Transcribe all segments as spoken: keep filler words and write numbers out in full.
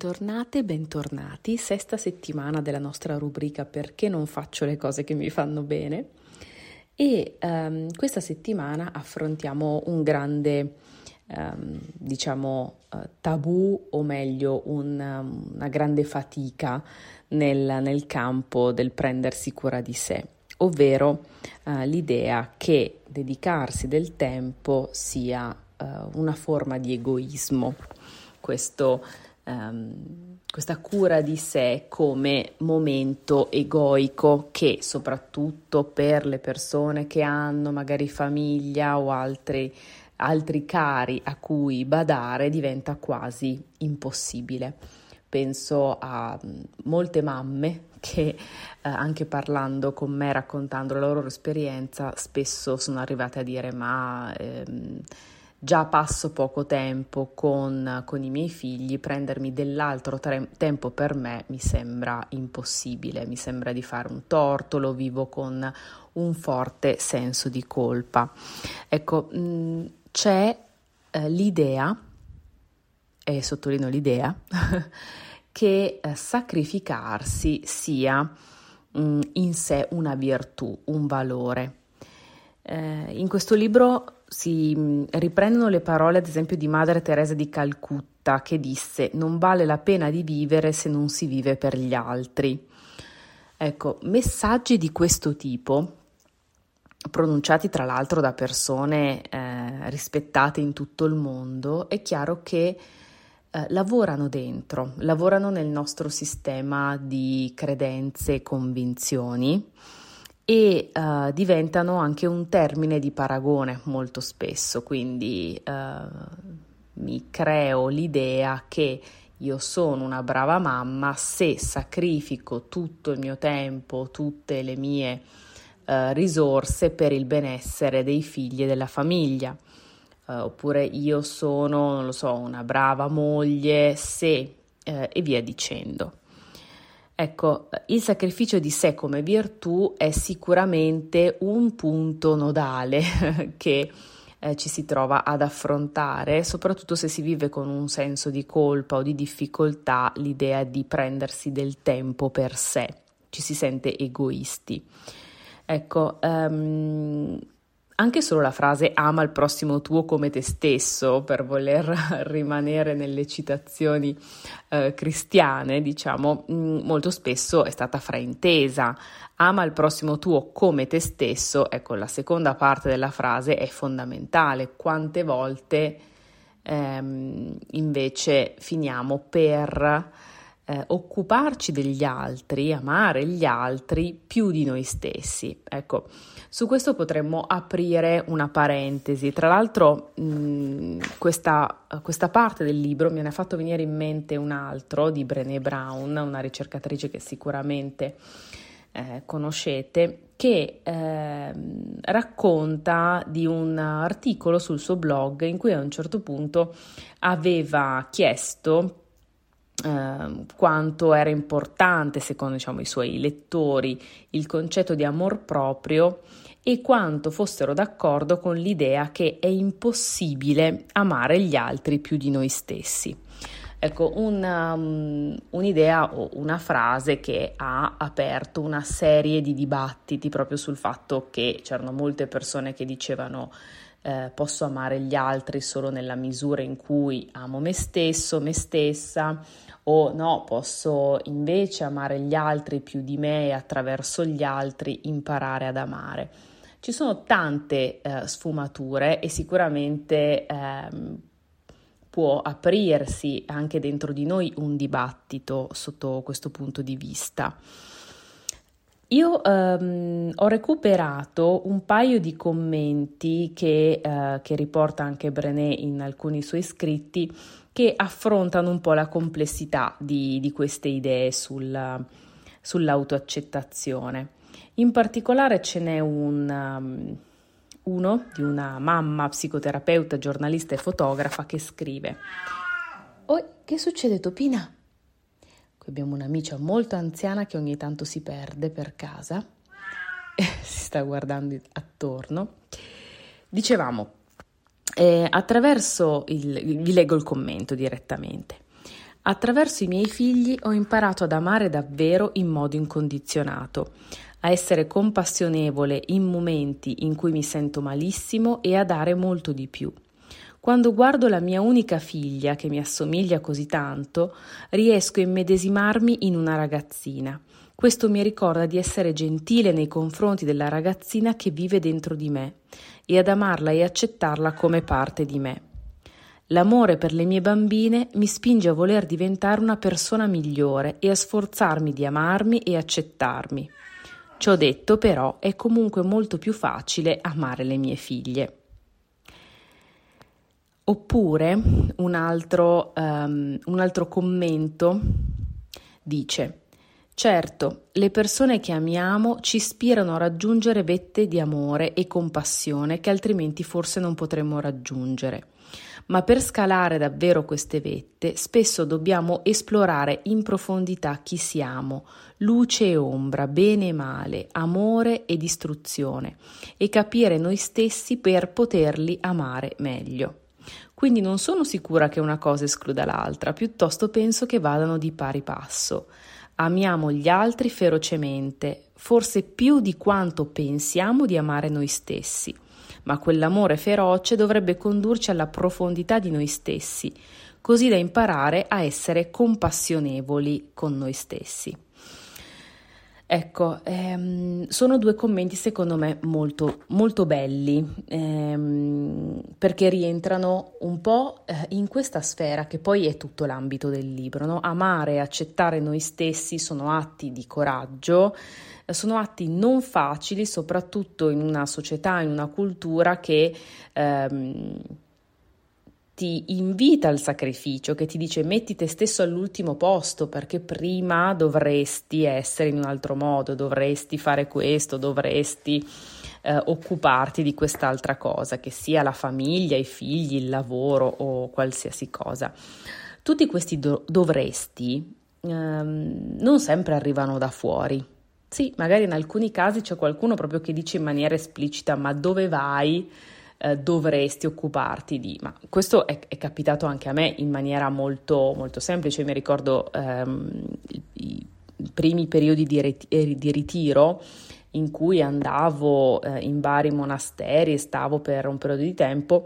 Bentornate e bentornati, sesta settimana della nostra rubrica Perché non faccio le cose che mi fanno bene e um, questa settimana affrontiamo un grande, um, diciamo, uh, tabù o meglio un, um, una grande fatica nel, nel campo del prendersi cura di sé, ovvero uh, l'idea che dedicarsi del tempo sia uh, una forma di egoismo. Questo Um, questa cura di sé come momento egoico che soprattutto per le persone che hanno magari famiglia o altri, altri cari a cui badare diventa quasi impossibile. Penso a molte mamme che eh, anche parlando con me, raccontando la loro esperienza, spesso sono arrivate a dire ma ehm, già passo poco tempo con, con i miei figli, prendermi dell'altro tre- tempo per me mi sembra impossibile, mi sembra di fare un torto, lo vivo con un forte senso di colpa. Ecco, mh, c'è eh, l'idea, e sottolineo l'idea, che eh, sacrificarsi sia mh, in sé una virtù, un valore. Eh, in questo libro si riprendono le parole ad esempio di Madre Teresa di Calcutta che disse: non vale la pena di vivere se non si vive per gli altri. Ecco, messaggi di questo tipo, pronunciati tra l'altro da persone eh, rispettate in tutto il mondo, è chiaro che eh, lavorano dentro, lavorano nel nostro sistema di credenze e convinzioni e uh, diventano anche un termine di paragone molto spesso, quindi uh, mi creo l'idea che io sono una brava mamma se sacrifico tutto il mio tempo, tutte le mie uh, risorse per il benessere dei figli e della famiglia, uh, oppure io sono, non lo so, una brava moglie se uh, e via dicendo. Ecco, il sacrificio di sé come virtù è sicuramente un punto nodale che eh, ci si trova ad affrontare, soprattutto se si vive con un senso di colpa o di difficoltà, l'idea di prendersi del tempo per sé, ci si sente egoisti. Ecco, um, anche solo la frase ama il prossimo tuo come te stesso, per voler rimanere nelle citazioni eh, cristiane, diciamo, mh, molto spesso è stata fraintesa. Ama il prossimo tuo come te stesso, ecco, la seconda parte della frase è fondamentale. Quante volte ehm, invece finiamo per eh, occuparci degli altri, amare gli altri più di noi stessi. Ecco, su questo potremmo aprire una parentesi. Tra l'altro mh, questa, questa parte del libro me ne ha fatto venire in mente un altro di Brené Brown, una ricercatrice che sicuramente eh, conoscete, che eh, racconta di un articolo sul suo blog in cui a un certo punto aveva chiesto Uh, quanto era importante, secondo diciamo, i suoi lettori, il concetto di amor proprio e quanto fossero d'accordo con l'idea che è impossibile amare gli altri più di noi stessi. Ecco, una, um, un'idea o una frase che ha aperto una serie di dibattiti proprio sul fatto che c'erano molte persone che dicevano Eh, posso amare gli altri solo nella misura in cui amo me stesso, me stessa, o no, posso invece amare gli altri più di me e attraverso gli altri imparare ad amare. Ci sono tante eh, sfumature e sicuramente ehm, può aprirsi anche dentro di noi un dibattito sotto questo punto di vista. Io um, ho recuperato un paio di commenti che, uh, che riporta anche Brené in alcuni suoi scritti che affrontano un po' la complessità di, di queste idee sul, sull'autoaccettazione. In particolare ce n'è un, um, uno di una mamma psicoterapeuta, giornalista e fotografa che scrive: «Oh, che succede, Topina?» Qui abbiamo un'amica molto anziana che ogni tanto si perde per casa e si sta guardando attorno. Dicevamo, eh, attraverso il, vi leggo il commento direttamente. Attraverso i miei figli ho imparato ad amare davvero in modo incondizionato, a essere compassionevole in momenti in cui mi sento malissimo e a dare molto di più. Quando guardo la mia unica figlia, che mi assomiglia così tanto, riesco a immedesimarmi in una ragazzina. Questo mi ricorda di essere gentile nei confronti della ragazzina che vive dentro di me e ad amarla e accettarla come parte di me. L'amore per le mie bambine mi spinge a voler diventare una persona migliore e a sforzarmi di amarmi e accettarmi. Ciò detto, però, è comunque molto più facile amare le mie figlie. Oppure un altro, um, un altro commento dice: certo, le persone che amiamo ci ispirano a raggiungere vette di amore e compassione che altrimenti forse non potremmo raggiungere. Ma per scalare davvero queste vette, spesso dobbiamo esplorare in profondità chi siamo, luce e ombra, bene e male, amore e distruzione, e capire noi stessi per poterli amare meglio. Quindi non sono sicura che una cosa escluda l'altra, piuttosto penso che vadano di pari passo. Amiamo gli altri ferocemente, forse più di quanto pensiamo di amare noi stessi. Ma quell'amore feroce dovrebbe condurci alla profondità di noi stessi, così da imparare a essere compassionevoli con noi stessi. Ecco, ehm, sono due commenti secondo me molto, molto belli, ehm, perché rientrano un po' eh, in questa sfera che poi è tutto l'ambito del libro, no? Amare e accettare noi stessi sono atti di coraggio, eh, sono atti non facili, soprattutto in una società, in una cultura che ehm, ti invita al sacrificio, che ti dice metti te stesso all'ultimo posto perché prima dovresti essere in un altro modo, dovresti fare questo, dovresti eh, occuparti di quest'altra cosa, che sia la famiglia, i figli, il lavoro o qualsiasi cosa. Tutti questi do- dovresti ehm, non sempre arrivano da fuori. Sì, magari in alcuni casi c'è qualcuno proprio che dice in maniera esplicita ma dove vai? Eh, dovresti occuparti di, ma questo è, è capitato anche a me in maniera molto, molto semplice. Mi ricordo ehm, i, i primi periodi di, rit- di ritiro in cui andavo eh, in vari monasteri e stavo per un periodo di tempo.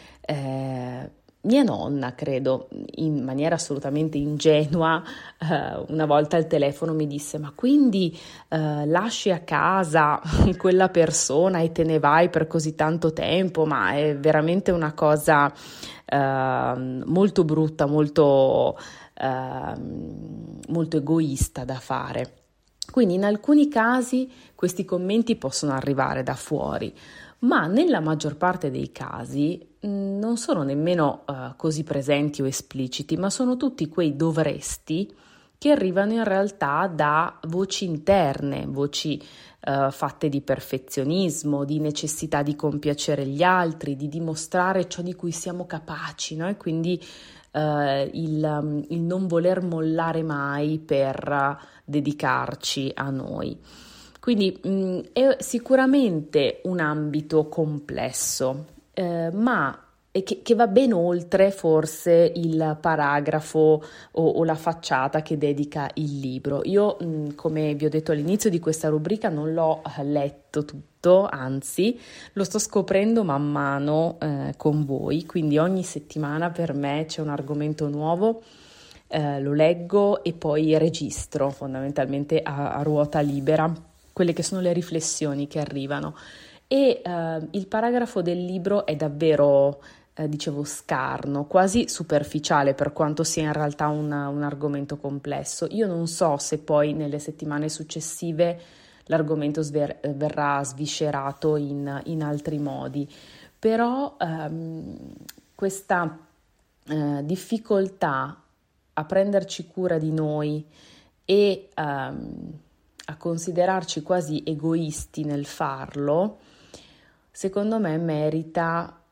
eh, Mia nonna, credo, in maniera assolutamente ingenua, eh, una volta al telefono mi disse: ma quindi eh, lasci a casa quella persona e te ne vai per così tanto tempo? Ma è veramente una cosa eh, molto brutta, molto, eh, molto egoista da fare. Quindi in alcuni casi questi commenti possono arrivare da fuori, ma nella maggior parte dei casi mh, non sono nemmeno uh, così presenti o espliciti, ma sono tutti quei dovresti che arrivano in realtà da voci interne, voci uh, fatte di perfezionismo, di necessità di compiacere gli altri, di dimostrare ciò di cui siamo capaci, no? E quindi uh, il, um, il non voler mollare mai per uh, dedicarci a noi. Quindi mh, è sicuramente un ambito complesso, eh, ma che, che va ben oltre forse il paragrafo o, o la facciata che dedica il libro. Io, mh, come vi ho detto all'inizio di questa rubrica, non l'ho letto tutto, anzi lo sto scoprendo man mano eh, con voi, quindi ogni settimana per me c'è un argomento nuovo. Eh, lo leggo e poi registro fondamentalmente a, a ruota libera quelle che sono le riflessioni che arrivano e eh, il paragrafo del libro è davvero, eh, dicevo, scarno, quasi superficiale per quanto sia in realtà una, un argomento complesso. Io non so se poi nelle settimane successive l'argomento sver- verrà sviscerato in, in altri modi, però ehm, questa eh, difficoltà a prenderci cura di noi e ehm, a considerarci quasi egoisti nel farlo, secondo me merita,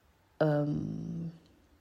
um,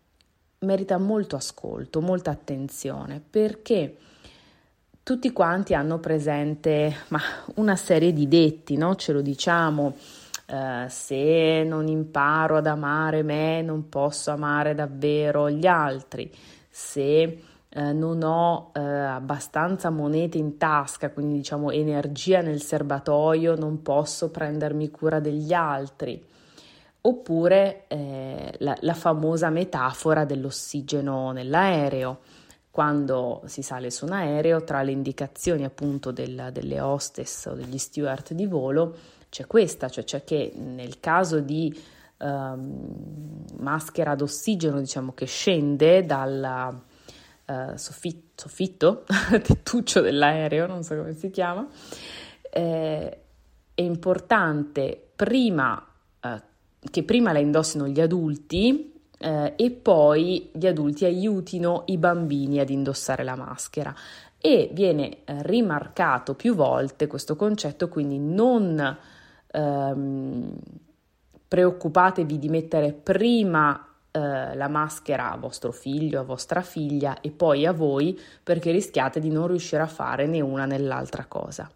merita molto ascolto, molta attenzione, perché tutti quanti hanno presente ma una serie di detti, no? Ce lo diciamo, uh, se non imparo ad amare me, non posso amare davvero gli altri, se eh, non ho eh, abbastanza monete in tasca, quindi diciamo energia nel serbatoio, non posso prendermi cura degli altri. Oppure eh, la, la famosa metafora dell'ossigeno nell'aereo. Quando si sale su un aereo, tra le indicazioni appunto del, delle hostess o degli steward di volo c'è questa, cioè c'è che nel caso di um, maschera d'ossigeno, diciamo, che scende dal uh, soffitto, soffitto tettuccio dell'aereo, non so come si chiama, eh, è importante prima uh, che prima la indossino gli adulti eh, e poi gli adulti aiutino i bambini ad indossare la maschera, e viene eh, rimarcato più volte questo concetto, quindi non ehm, preoccupatevi di mettere prima eh, la maschera a vostro figlio, a vostra figlia e poi a voi, perché rischiate di non riuscire a fare né una né l'altra cosa.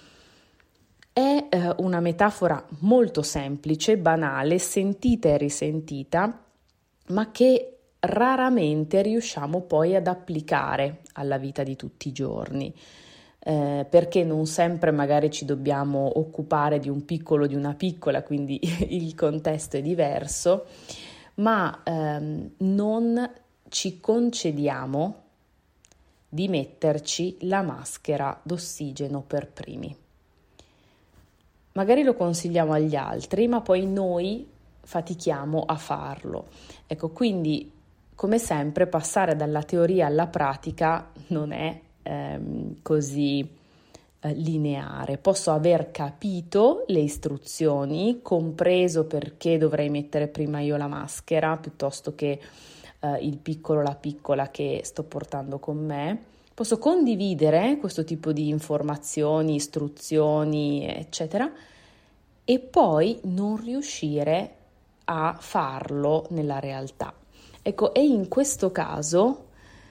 È eh, una metafora molto semplice, banale, sentita e risentita, ma che raramente riusciamo poi ad applicare alla vita di tutti i giorni, eh, perché non sempre magari ci dobbiamo occupare di un piccolo, di una piccola, quindi il contesto è diverso, ma ehm, non ci concediamo di metterci la maschera d'ossigeno per primi. Magari lo consigliamo agli altri, ma poi noi fatichiamo a farlo. Ecco, quindi, come sempre, passare dalla teoria alla pratica non è ehm, così eh, lineare. Posso aver capito le istruzioni, compreso perché dovrei mettere prima io la maschera piuttosto che eh, il piccolo o la piccola che sto portando con me. Posso condividere questo tipo di informazioni, istruzioni, eccetera, e poi non riuscire a farlo nella realtà. Ecco, è in questo caso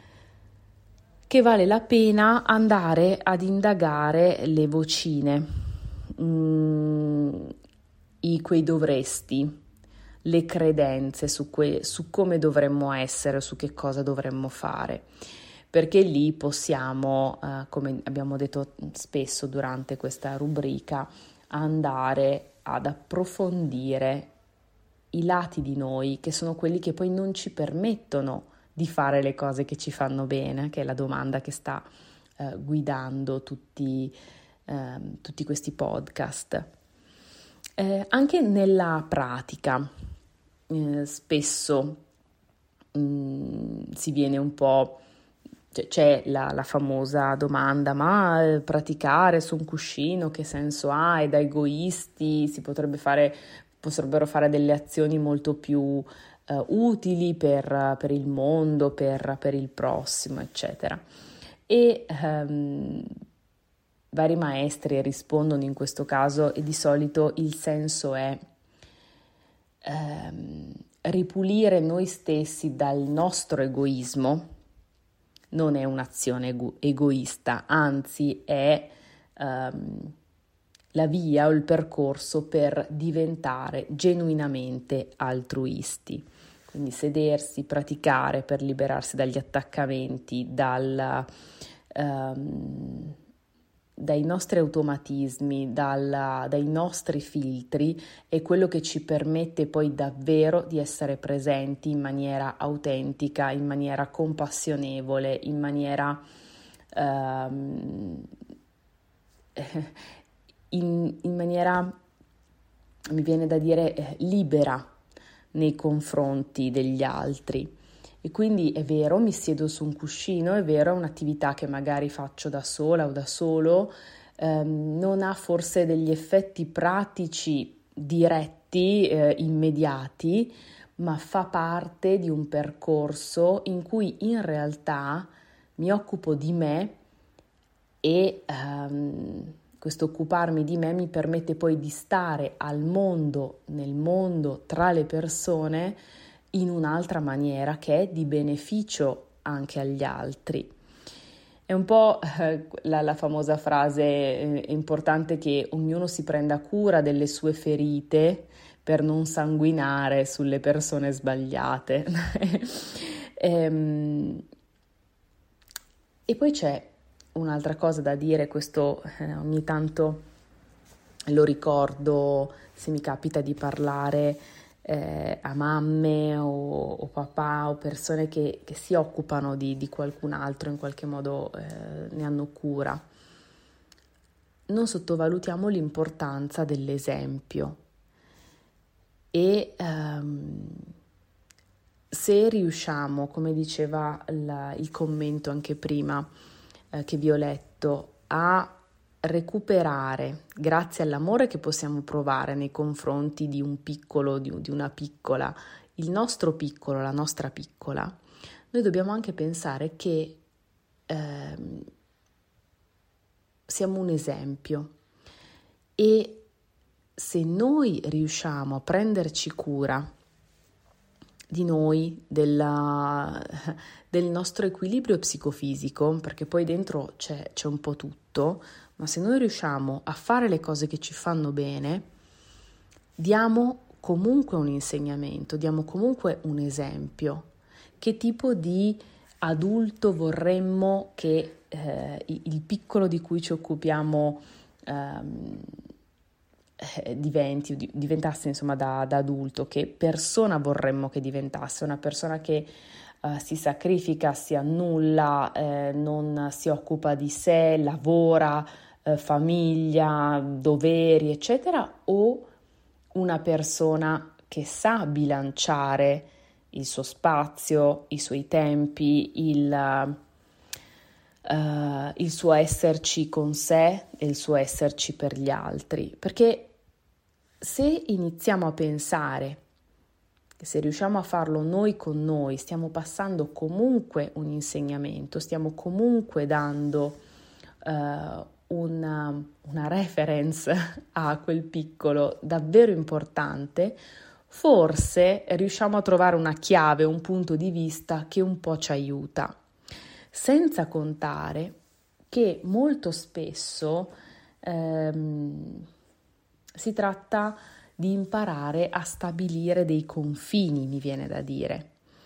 che vale la pena andare ad indagare le vocine, mm, i quei dovresti, le credenze su, que- su come dovremmo essere, su che cosa dovremmo fare. Perché lì possiamo, eh, come abbiamo detto spesso durante questa rubrica, andare ad approfondire i lati di noi che sono quelli che poi non ci permettono di fare le cose che ci fanno bene, che è la domanda che sta eh, guidando tutti, eh, tutti questi podcast. Eh, anche nella pratica eh, spesso mh, si viene un po'... C'è la, la famosa domanda, ma eh, praticare su un cuscino che senso ha? È da egoisti, si potrebbe fare, potrebbero fare delle azioni molto più eh, utili per, per il mondo, per, per il prossimo, eccetera. E ehm, vari maestri rispondono in questo caso, e di solito il senso è ehm, ripulire noi stessi dal nostro egoismo. Non è un'azione ego- egoista, anzi è um, la via o il percorso per diventare genuinamente altruisti. Quindi sedersi, praticare per liberarsi dagli attaccamenti, dal, um, dai nostri automatismi, dalla, dai nostri filtri, è quello che ci permette poi davvero di essere presenti in maniera autentica, in maniera compassionevole, in maniera um, in, in maniera, mi viene da dire, eh, libera nei confronti degli altri. E quindi è vero, mi siedo su un cuscino, è vero, è un'attività che magari faccio da sola o da solo, ehm, non ha forse degli effetti pratici diretti, eh, immediati, ma fa parte di un percorso in cui in realtà mi occupo di me e ehm, questo occuparmi di me mi permette poi di stare al mondo, nel mondo, tra le persone, in un'altra maniera che è di beneficio anche agli altri. È un po' eh, la, la famosa frase, eh, è importante che ognuno si prenda cura delle sue ferite per non sanguinare sulle persone sbagliate. ehm, E poi c'è un'altra cosa da dire, questo eh, ogni tanto lo ricordo se mi capita di parlare eh, a mamme o, o papà o persone che, che si occupano di, di qualcun altro, in qualche modo eh, ne hanno cura. Non sottovalutiamo l'importanza dell'esempio e ehm, se riusciamo, come diceva la, il commento anche prima eh, che vi ho letto, a recuperare, grazie all'amore che possiamo provare nei confronti di un piccolo, di, di una piccola, il nostro piccolo, la nostra piccola, noi dobbiamo anche pensare che ehm, siamo un esempio e se noi riusciamo a prenderci cura di noi, della, del nostro equilibrio psicofisico, perché poi dentro c'è, c'è un po' tutto, ma se noi riusciamo a fare le cose che ci fanno bene, diamo comunque un insegnamento, diamo comunque un esempio. Che tipo di adulto vorremmo che eh, il piccolo di cui ci occupiamo ehm, diventi, diventasse insomma da, da adulto, che persona vorremmo che diventasse, una persona che uh, si sacrifica, si annulla, eh, non si occupa di sé, lavora, eh, famiglia, doveri, eccetera, o una persona che sa bilanciare il suo spazio, i suoi tempi, il, uh, il suo esserci con sé e il suo esserci per gli altri, perché se iniziamo a pensare che se riusciamo a farlo noi con noi, stiamo passando comunque un insegnamento, stiamo comunque dando uh, una, una reference a quel piccolo davvero importante, forse riusciamo a trovare una chiave, un punto di vista che un po' ci aiuta. Senza contare che molto spesso ehm, si tratta di imparare a stabilire dei confini, mi viene da dire,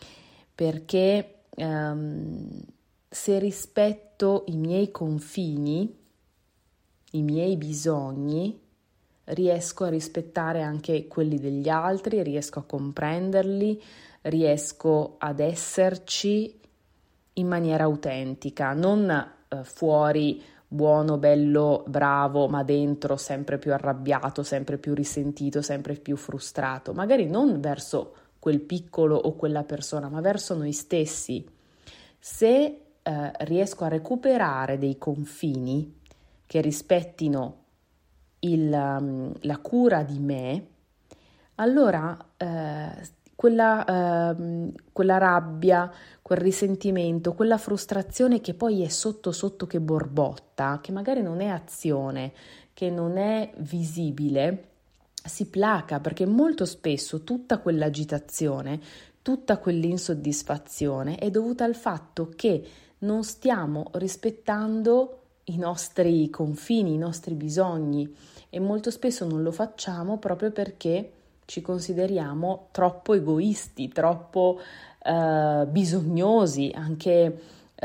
perché ehm, se rispetto i miei confini, i miei bisogni, riesco a rispettare anche quelli degli altri, riesco a comprenderli, riesco ad esserci in maniera autentica, non eh, fuori buono, bello, bravo, ma dentro sempre più arrabbiato, sempre più risentito, sempre più frustrato, magari non verso quel piccolo o quella persona, ma verso noi stessi. Se eh, riesco a recuperare dei confini che rispettino il, um, la cura di me, allora eh, quella, eh, quella rabbia, quel risentimento, quella frustrazione che poi è sotto sotto che borbotta, che magari non è azione, che non è visibile, si placa, perché molto spesso tutta quell'agitazione, tutta quell'insoddisfazione è dovuta al fatto che non stiamo rispettando i nostri confini, i nostri bisogni, e molto spesso non lo facciamo proprio perché ci consideriamo troppo egoisti, troppo eh, bisognosi, anche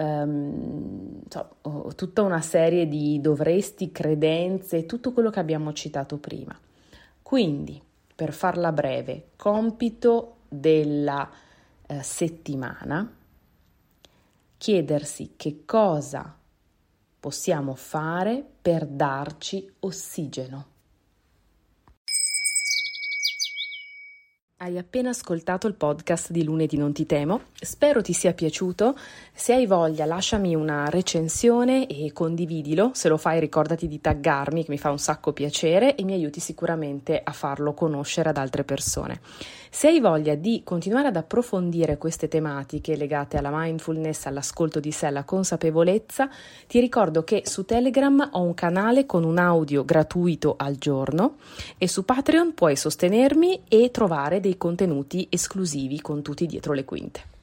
ehm, so, tutta una serie di dovresti, credenze, tutto quello che abbiamo citato prima. Quindi, per farla breve, compito della eh, settimana, chiedersi che cosa possiamo fare per darci ossigeno. Hai appena ascoltato il podcast di Lunedì Non Ti Temo, spero ti sia piaciuto. Se hai voglia lasciami una recensione e condividilo, se lo fai ricordati di taggarmi che mi fa un sacco piacere e mi aiuti sicuramente a farlo conoscere ad altre persone. Se hai voglia di continuare ad approfondire queste tematiche legate alla mindfulness, all'ascolto di sé, alla consapevolezza, ti ricordo che su Telegram ho un canale con un audio gratuito al giorno e su Patreon puoi sostenermi e trovare dei contenuti esclusivi con tutti dietro le quinte.